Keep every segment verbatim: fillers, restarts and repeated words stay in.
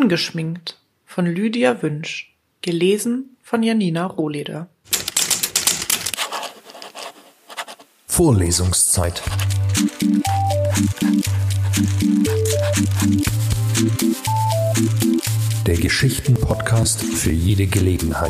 Ungeschminkt von Lydia Wünsch, gelesen von Janina Rohleder. Vorlesungszeit. Der Geschichten-Podcast für jede Gelegenheit.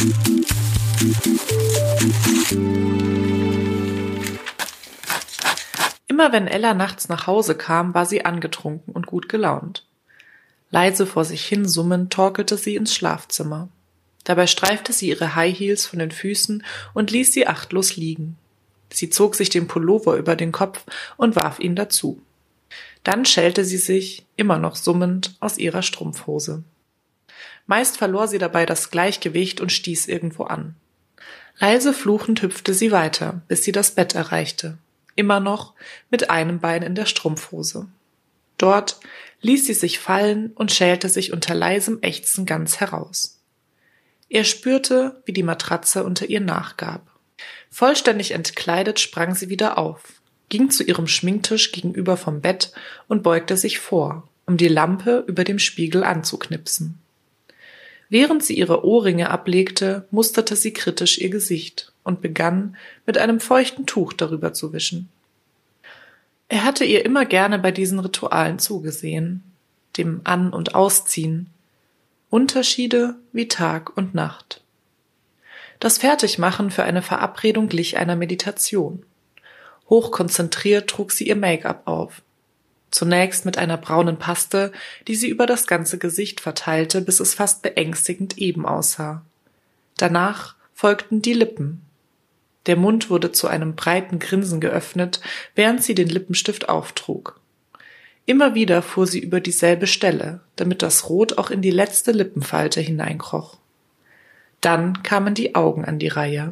Immer wenn Ella nachts nach Hause kam, war sie angetrunken und gut gelaunt. Leise vor sich hin summend torkelte sie ins Schlafzimmer. Dabei streifte sie ihre High Heels von den Füßen und ließ sie achtlos liegen. Sie zog sich den Pullover über den Kopf und warf ihn dazu. Dann schälte sie sich, immer noch summend, aus ihrer Strumpfhose. Meist verlor sie dabei das Gleichgewicht und stieß irgendwo an. Leise fluchend hüpfte sie weiter, bis sie das Bett erreichte. Immer noch mit einem Bein in der Strumpfhose. Dort ließ sie sich fallen und schälte sich unter leisem Ächzen ganz heraus. Er spürte, wie die Matratze unter ihr nachgab. Vollständig entkleidet sprang sie wieder auf, ging zu ihrem Schminktisch gegenüber vom Bett und beugte sich vor, um die Lampe über dem Spiegel anzuknipsen. Während sie ihre Ohrringe ablegte, musterte sie kritisch ihr Gesicht und begann, mit einem feuchten Tuch darüber zu wischen. Er hatte ihr immer gerne bei diesen Ritualen zugesehen, dem An- und Ausziehen, Unterschiede wie Tag und Nacht. Das Fertigmachen für eine Verabredung glich einer Meditation. Hochkonzentriert trug sie ihr Make-up auf. Zunächst mit einer braunen Paste, die sie über das ganze Gesicht verteilte, bis es fast beängstigend eben aussah. Danach folgten die Lippen. Der Mund wurde zu einem breiten Grinsen geöffnet, während sie den Lippenstift auftrug. Immer wieder fuhr sie über dieselbe Stelle, damit das Rot auch in die letzte Lippenfalte hineinkroch. Dann kamen die Augen an die Reihe.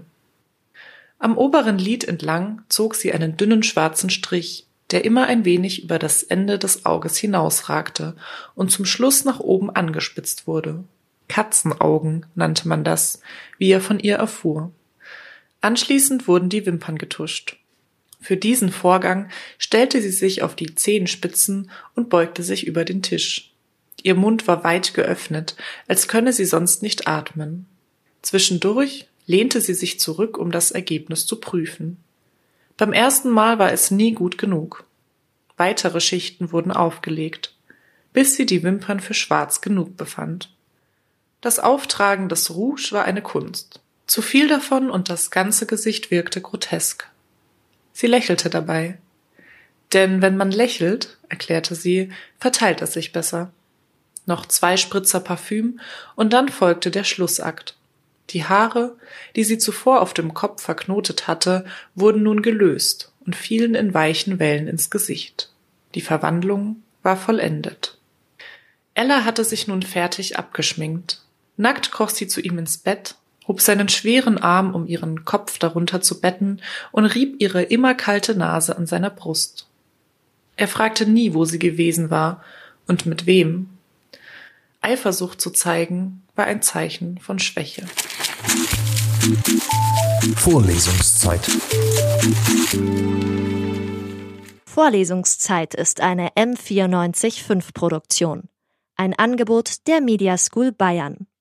Am oberen Lid entlang zog sie einen dünnen schwarzen Strich, der immer ein wenig über das Ende des Auges hinausragte und zum Schluss nach oben angespitzt wurde. Katzenaugen nannte man das, wie er von ihr erfuhr. Anschließend wurden die Wimpern getuscht. Für diesen Vorgang stellte sie sich auf die Zehenspitzen und beugte sich über den Tisch. Ihr Mund war weit geöffnet, als könne sie sonst nicht atmen. Zwischendurch lehnte sie sich zurück, um das Ergebnis zu prüfen. Beim ersten Mal war es nie gut genug. Weitere Schichten wurden aufgelegt, bis sie die Wimpern für schwarz genug befand. Das Auftragen des Rouge war eine Kunst. Zu viel davon und das ganze Gesicht wirkte grotesk. Sie lächelte dabei. Denn wenn man lächelt, erklärte sie, verteilt es sich besser. Noch zwei Spritzer Parfüm und dann folgte der Schlussakt. Die Haare, die sie zuvor auf dem Kopf verknotet hatte, wurden nun gelöst und fielen in weichen Wellen ins Gesicht. Die Verwandlung war vollendet. Ella hatte sich nun fertig abgeschminkt. Nackt kroch sie zu ihm ins Bett, hob seinen schweren Arm, um ihren Kopf darunter zu betten, und rieb ihre immer kalte Nase an seiner Brust. Er fragte nie, wo sie gewesen war und mit wem. Eifersucht zu zeigen, war ein Zeichen von Schwäche. Vorlesungszeit. Vorlesungszeit ist eine M vierundneunzig Komma fünf Produktion. Ein Angebot der Media School Bayern.